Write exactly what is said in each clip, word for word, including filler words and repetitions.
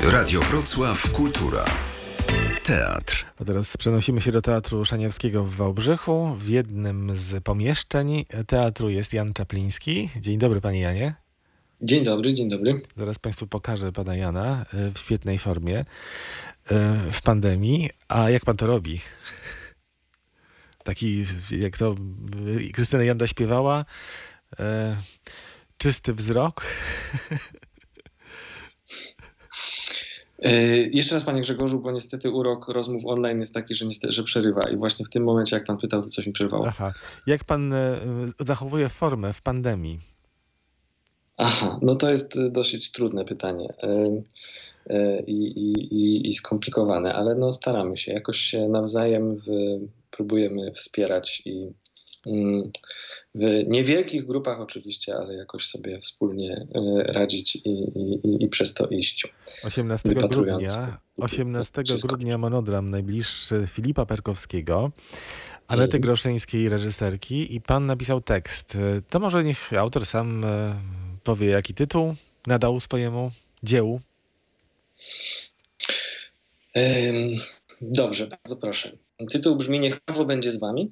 Radio Wrocław Kultura. Teatr. A teraz przenosimy się do Teatru Szaniawskiego w Wałbrzychu. W jednym z pomieszczeń teatru jest Jan Czapliński. Dzień dobry, panie Janie. Dzień dobry, dzień dobry. Zaraz państwu pokażę pana Jana w świetnej formie w pandemii. A jak pan to robi? Taki, jak to Krystyna Janda śpiewała, czysty wzrok. Yy, jeszcze raz, panie Grzegorzu, bo niestety urok rozmów online jest taki, że, niestety, że przerywa i właśnie w tym momencie, jak pan pytał, to coś mi przerwało. Aha. Jak pan y, zachowuje formę w pandemii? Aha, no to jest dosyć trudne pytanie yy, yy, i, i, i skomplikowane, ale no staramy się, jakoś się nawzajem w, próbujemy wspierać i yy, w niewielkich grupach oczywiście, ale jakoś sobie wspólnie radzić i, i, i przez to iść. osiemnastego grudnia, osiemnastego grudnia monodram najbliższy Filipa Perkowskiego, Anety Groszyńskiej, reżyserki, i pan napisał tekst. To może niech autor sam powie, jaki tytuł nadał swojemu dziełu. Dobrze, bardzo proszę. Tytuł brzmi: Niech prawo będzie z wami.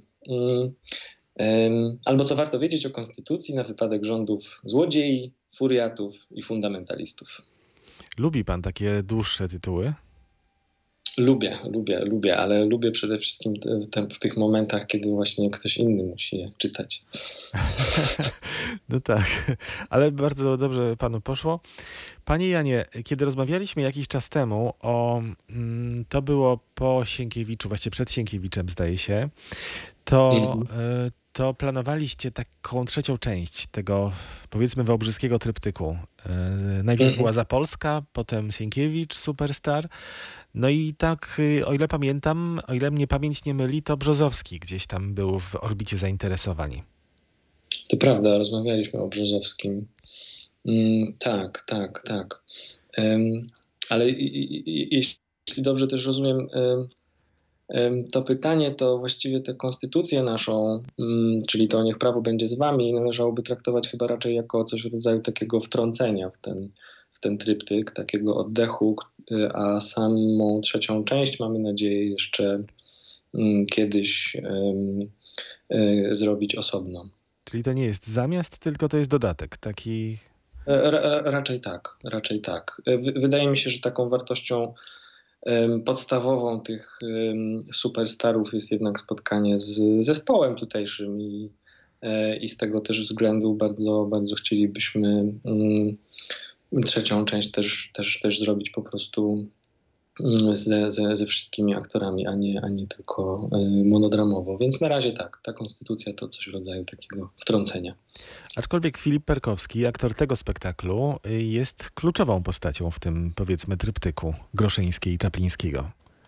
Albo co warto wiedzieć o konstytucji na wypadek rządów złodziei, furiatów i fundamentalistów. Lubi pan takie dłuższe tytuły? Lubię, lubię, lubię, ale lubię przede wszystkim te, te, w tych momentach, kiedy właśnie ktoś inny musi je czytać. No tak, ale bardzo dobrze panu poszło. Panie Janie, kiedy rozmawialiśmy jakiś czas temu o, to było po Sienkiewiczu, właściwie przed Sienkiewiczem zdaje się, to, mm-hmm. to planowaliście taką trzecią część tego, powiedzmy, wałbrzyskiego tryptyku. Najpierw mm-hmm. była Zapolska, potem Sienkiewicz, Superstar. No i tak, o ile pamiętam, o ile mnie pamięć nie myli, to Brzozowski gdzieś tam był w orbicie zainteresowań. To prawda, rozmawialiśmy o Brzozowskim. Mm, tak, tak, tak. Um, ale i, i, jeśli dobrze też rozumiem um, um, to pytanie, to właściwie tę konstytucję naszą, um, czyli to niech prawo będzie z wami, należałoby traktować chyba raczej jako coś w rodzaju takiego wtrącenia w ten, w ten tryptyk, takiego oddechu, a samą trzecią część mamy nadzieję jeszcze um, kiedyś um, um, zrobić osobno. Czyli to nie jest zamiast, tylko to jest dodatek, taki... Ra, raczej tak, raczej tak. Wydaje mi się, że taką wartością um, podstawową tych um, superstarów jest jednak spotkanie z zespołem tutejszym i, e, i z tego też względu bardzo, bardzo chcielibyśmy um, trzecią część też, też, też zrobić po prostu Ze, ze, ze wszystkimi aktorami, a nie, a nie tylko y, monodramowo. Więc na razie tak, ta konstytucja to coś w rodzaju takiego wtrącenia. Aczkolwiek Filip Perkowski, aktor tego spektaklu, jest kluczową postacią w tym, powiedzmy, tryptyku Groszyńskiej i Czaplińskiego.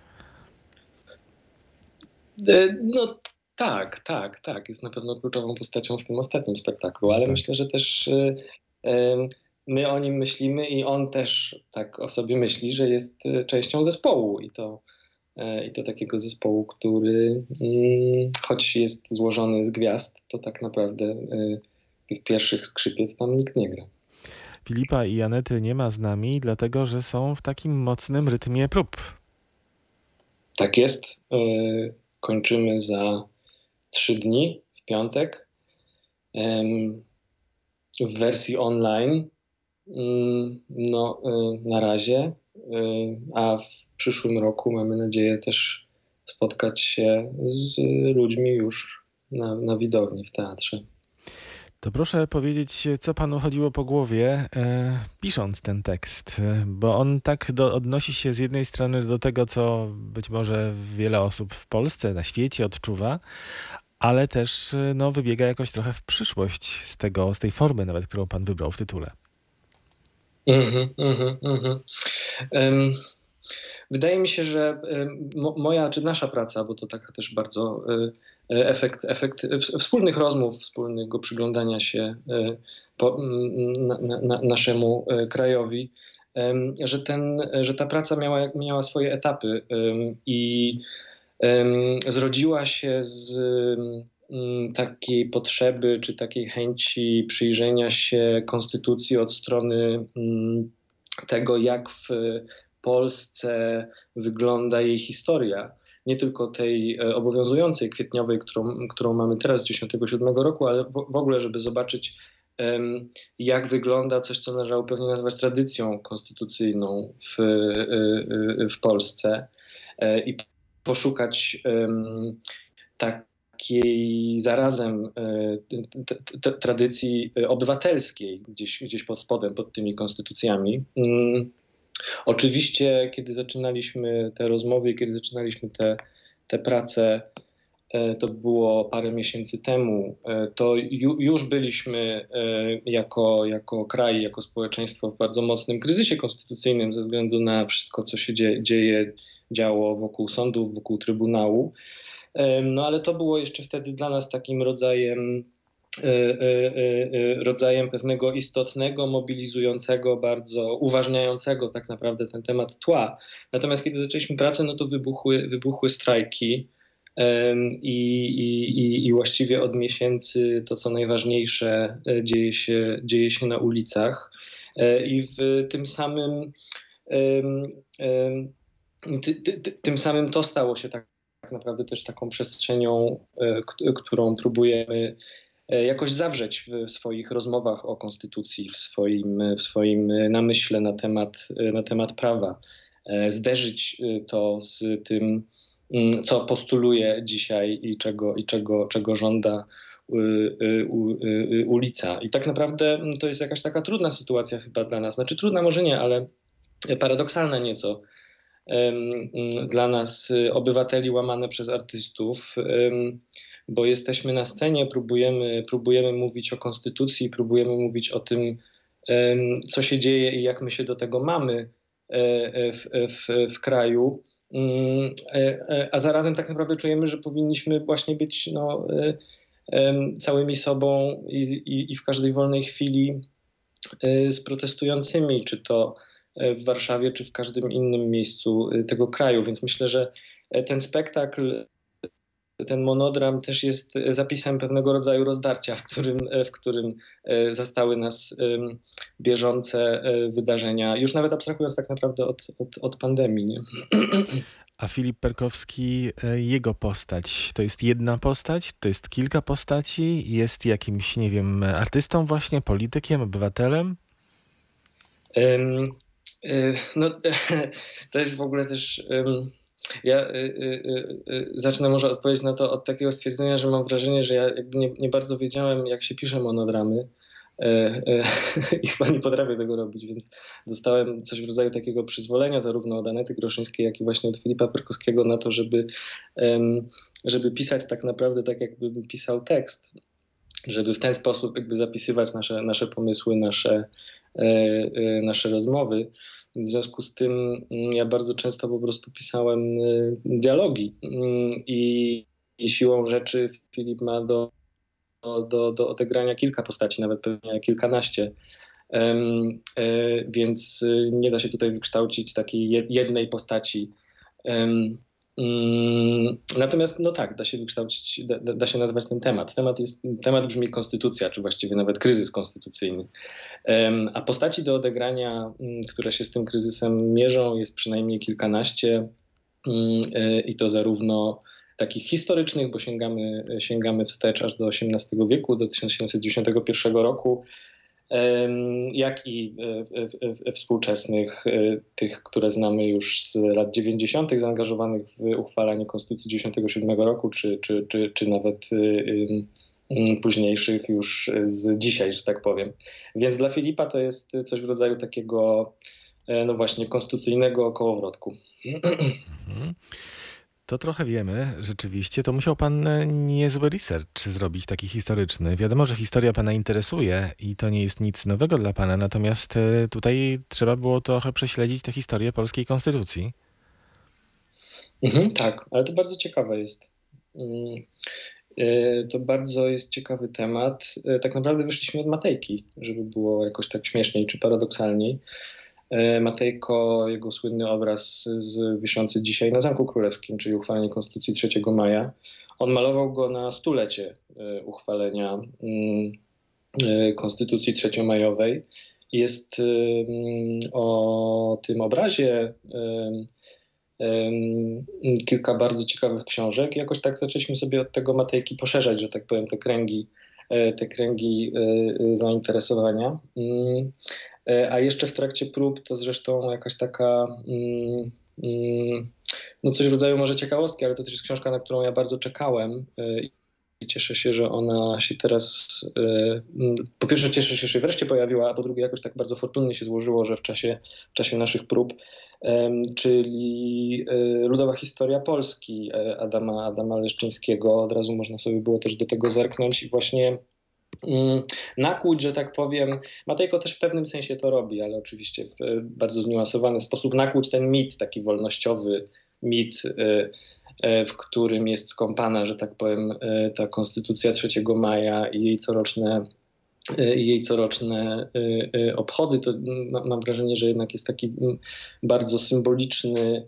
Y, no tak, tak, tak. Jest na pewno kluczową postacią w tym ostatnim spektaklu, ale tak. Myślę, że też... Y, y, My o nim myślimy i on też tak o sobie myśli, że jest częścią zespołu i to, i to takiego zespołu, który choć jest złożony z gwiazd, to tak naprawdę tych pierwszych skrzypiec tam nikt nie gra. Filipa i Anety nie ma z nami, dlatego że są w takim mocnym rytmie prób. Tak jest. Kończymy za trzy dni, w piątek, w wersji online. No, na razie, a w przyszłym roku mamy nadzieję też spotkać się z ludźmi już na, na widowni w teatrze. To proszę powiedzieć, co panu chodziło po głowie, e, pisząc ten tekst, bo on tak do, odnosi się z jednej strony do tego, co być może wiele osób w Polsce, na świecie odczuwa, ale też no, wybiega jakoś trochę w przyszłość z tego, z tej formy nawet, którą pan wybrał w tytule. Mhm, mhm, mhm. Um, wydaje mi się, że um, moja czy nasza praca, bo to taka też bardzo um, efekt, efekt wspólnych rozmów, wspólnego przyglądania się um, po, na, na, naszemu um, krajowi, um, że, ten, że ta praca miała, miała swoje etapy um, i um, zrodziła się z um, takiej potrzeby czy takiej chęci przyjrzenia się konstytucji od strony um, tego, jak w Polsce wygląda jej historia. Nie tylko tej obowiązującej, kwietniowej, którą, którą mamy teraz z dziesiątego siódmego roku, ale w, w ogóle, żeby zobaczyć, um, jak wygląda coś, co należało pewnie nazwać tradycją konstytucyjną w, w Polsce i poszukać um, takiej zarazem t, t, t, tradycji obywatelskiej gdzieś, gdzieś pod spodem, pod tymi konstytucjami. Um, Oczywiście, kiedy zaczynaliśmy te rozmowy, kiedy zaczynaliśmy te, te prace, to było parę miesięcy temu, to ju, już byliśmy jako, jako kraj, jako społeczeństwo w bardzo mocnym kryzysie konstytucyjnym ze względu na wszystko, co się dzieje, dzieje działo wokół sądów, wokół Trybunału. No ale to było jeszcze wtedy dla nas takim rodzajem rodzajem pewnego istotnego, mobilizującego, bardzo uważniającego tak naprawdę ten temat tła. Natomiast kiedy zaczęliśmy pracę, no to wybuchły, wybuchły strajki i, i, i właściwie od miesięcy to, co najważniejsze, dzieje się, dzieje się na ulicach i w tym samym ty, ty, tym samym to stało się tak, tak naprawdę też taką przestrzenią, którą próbujemy jakoś zawrzeć w swoich rozmowach o konstytucji, w swoim, w swoim namyśle na temat, na temat prawa. Zderzyć to z tym, co postuluje dzisiaj i czego, i czego, czego żąda ulica. I tak naprawdę to jest jakaś taka trudna sytuacja chyba dla nas. Znaczy trudna może nie, ale paradoksalna nieco. Dla nas, obywateli łamane przez artystów, bo jesteśmy na scenie, próbujemy, próbujemy mówić o konstytucji, próbujemy mówić o tym, co się dzieje i jak my się do tego mamy w, w, w kraju, a zarazem tak naprawdę czujemy, że powinniśmy właśnie być no, całymi sobą i, i, i w każdej wolnej chwili z protestującymi, czy to w Warszawie, czy w każdym innym miejscu tego kraju. Więc myślę, że ten spektakl, ten monodram też jest zapisem pewnego rodzaju rozdarcia, w którym, w którym zastały nas bieżące wydarzenia, już nawet abstrahując tak naprawdę od, od, od pandemii. Nie? A Filip Perkowski, jego postać, to jest jedna postać, to jest kilka postaci, jest jakimś, nie wiem, artystą właśnie, politykiem, obywatelem? Um, no, to jest w ogóle też... Um, Ja y, y, y, zacznę może odpowiedzieć na to od takiego stwierdzenia, że mam wrażenie, że ja jakby nie, nie bardzo wiedziałem, jak się pisze monodramy y, y, i chyba nie potrafię tego robić, więc dostałem coś w rodzaju takiego przyzwolenia zarówno od Anety Groszyńskiej, jak i właśnie od Filipa Perkowskiego na to, żeby, um, żeby pisać tak naprawdę tak, jakbym pisał tekst, żeby w ten sposób jakby zapisywać nasze, nasze pomysły, nasze, y, y, nasze rozmowy. W związku z tym ja bardzo często po prostu pisałem dialogi i, i siłą rzeczy Filip ma do, do, do odegrania kilka postaci, nawet pewnie kilkanaście. Um, e, więc nie da się tutaj wykształcić takiej jednej postaci. Um, um, natomiast no tak, da się wykształcić, da, da się nazwać ten temat. Temat, jest, temat brzmi konstytucja, czy właściwie nawet kryzys konstytucyjny. Um, a postaci do odegrania, um, które się z tym kryzysem mierzą, jest przynajmniej kilkanaście um, e, i to zarówno takich historycznych, bo sięgamy, sięgamy wstecz aż do osiemnastego wieku, do tysiąc siedemset dziewięćdziesiątego pierwszego roku, jak i współczesnych, tych, które znamy już z lat dziewięćdziesiątych, zaangażowanych w uchwalanie Konstytucji dziewięćdziesiątego siódmego roku, czy, czy, czy, czy nawet późniejszych już z dzisiaj, że tak powiem. Więc dla Filipa to jest coś w rodzaju takiego, no właśnie, konstytucyjnego kołowrotku. Mhm. To trochę wiemy, rzeczywiście. To musiał pan niezły research zrobić, taki historyczny. Wiadomo, że historia pana interesuje i to nie jest nic nowego dla pana, natomiast tutaj trzeba było trochę prześledzić tę historię polskiej konstytucji. Mhm, tak, ale to bardzo ciekawe jest. To bardzo jest ciekawy temat. Tak naprawdę wyszliśmy od Matejki, żeby było jakoś tak śmieszniej czy paradoksalniej. Matejko, jego słynny obraz z, wiszący dzisiaj na Zamku Królewskim, czyli uchwalenie Konstytucji trzeciego maja. On malował go na stulecie uchwalenia Konstytucji trzeciomajowej jest o tym obrazie kilka bardzo ciekawych książek. Jakoś tak zaczęliśmy sobie od tego Matejki poszerzać, że tak powiem, te kręgi, te kręgi zainteresowania. A jeszcze w trakcie prób to zresztą jakaś taka, no coś w rodzaju może ciekawostki, ale to też jest książka, na którą ja bardzo czekałem i cieszę się, że ona się teraz, po pierwsze cieszę się, że się wreszcie pojawiła, a po drugie jakoś tak bardzo fortunnie się złożyło, że w czasie, w czasie naszych prób, czyli Ludowa historia Polski Adama, Adama Leszczyńskiego. Od razu można sobie było też do tego zerknąć i właśnie nakłuć, że tak powiem. Matejko też w pewnym sensie to robi, ale oczywiście w bardzo zniuansowany sposób, nakłuć ten mit, taki wolnościowy mit, w którym jest skąpana, że tak powiem, ta konstytucja trzeciego maja i jej coroczne, jej coroczne obchody. To mam wrażenie, że jednak jest taki bardzo symboliczny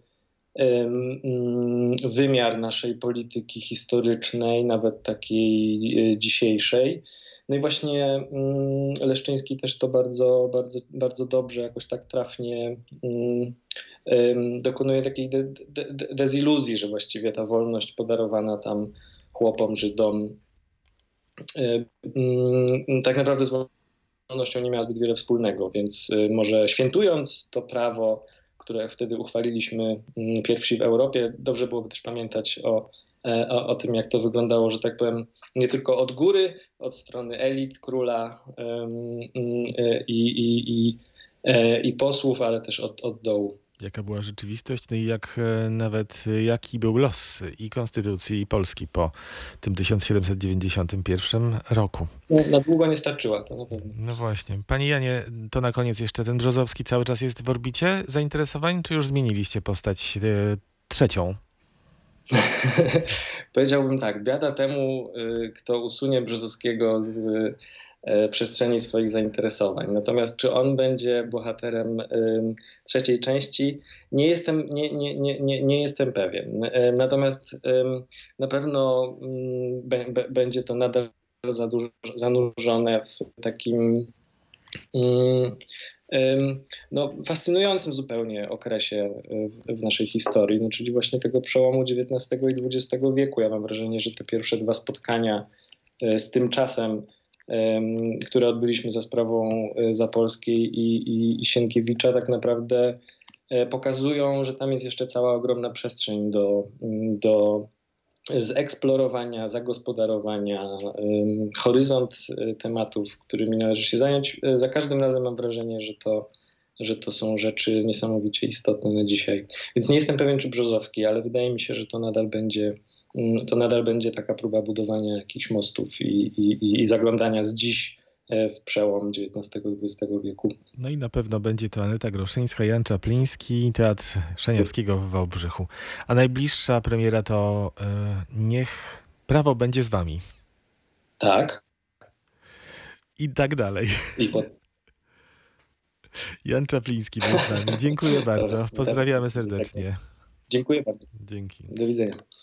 wymiar naszej polityki historycznej, nawet takiej dzisiejszej. No i właśnie Leszczyński też to bardzo, bardzo, bardzo dobrze, jakoś tak trafnie dokonuje takiej de, de, de, deziluzji, że właściwie ta wolność podarowana tam chłopom, Żydom, tak naprawdę z wolnością nie miała zbyt wiele wspólnego, więc może świętując to prawo, które wtedy uchwaliliśmy pierwsi w Europie, dobrze byłoby też pamiętać o O, o tym, jak to wyglądało, że tak powiem, nie tylko od góry, od strony elit, króla um, i, i, i, i posłów, ale też od, od dołu. Jaka była rzeczywistość, no i jak nawet jaki był los i Konstytucji, i Polski po tym tysiąc siedemset dziewięćdziesiątym pierwszym roku. No, na długo nie starczyła to na pewno. No właśnie. Panie Janie, to na koniec jeszcze ten Brzozowski cały czas jest w orbicie zainteresowań, czy już zmieniliście postać e, trzecią? Powiedziałbym tak, biada temu, kto usunie Brzozowskiego z przestrzeni swoich zainteresowań. Natomiast czy on będzie bohaterem trzeciej części, nie jestem, nie, nie, nie, nie, nie jestem pewien. Natomiast na pewno b- będzie to nadal zanurzone w takim no, fascynującym zupełnie okresie w, w naszej historii, no, czyli właśnie tego przełomu dziewiętnastego i dwudziestego wieku. Ja mam wrażenie, że te pierwsze dwa spotkania z tym czasem, które odbyliśmy za sprawą Zapolskiej i, i, i Sienkiewicza, tak naprawdę pokazują, że tam jest jeszcze cała ogromna przestrzeń do, do zeksplorowania, zagospodarowania, horyzont tematów, którymi należy się zająć. Za każdym razem mam wrażenie, że to, że to są rzeczy niesamowicie istotne na dzisiaj. Więc nie jestem pewien, czy Brzozowski, ale wydaje mi się, że to nadal będzie, to nadal będzie taka próba budowania jakichś mostów i, i, i zaglądania z dziś w przełom dziewiętnastego i dwudziestego wieku. No i na pewno będzie to Aneta Groszyńska, Jan Czapliński, Teatr Szaniawskiego w Wałbrzychu. A najbliższa premiera to yy, Niech prawo będzie z wami. Tak. I tak dalej. I po... Jan Czapliński był z nami. Dziękuję bardzo. Pozdrawiamy serdecznie. Dziękuję bardzo. Dzięki. Do widzenia.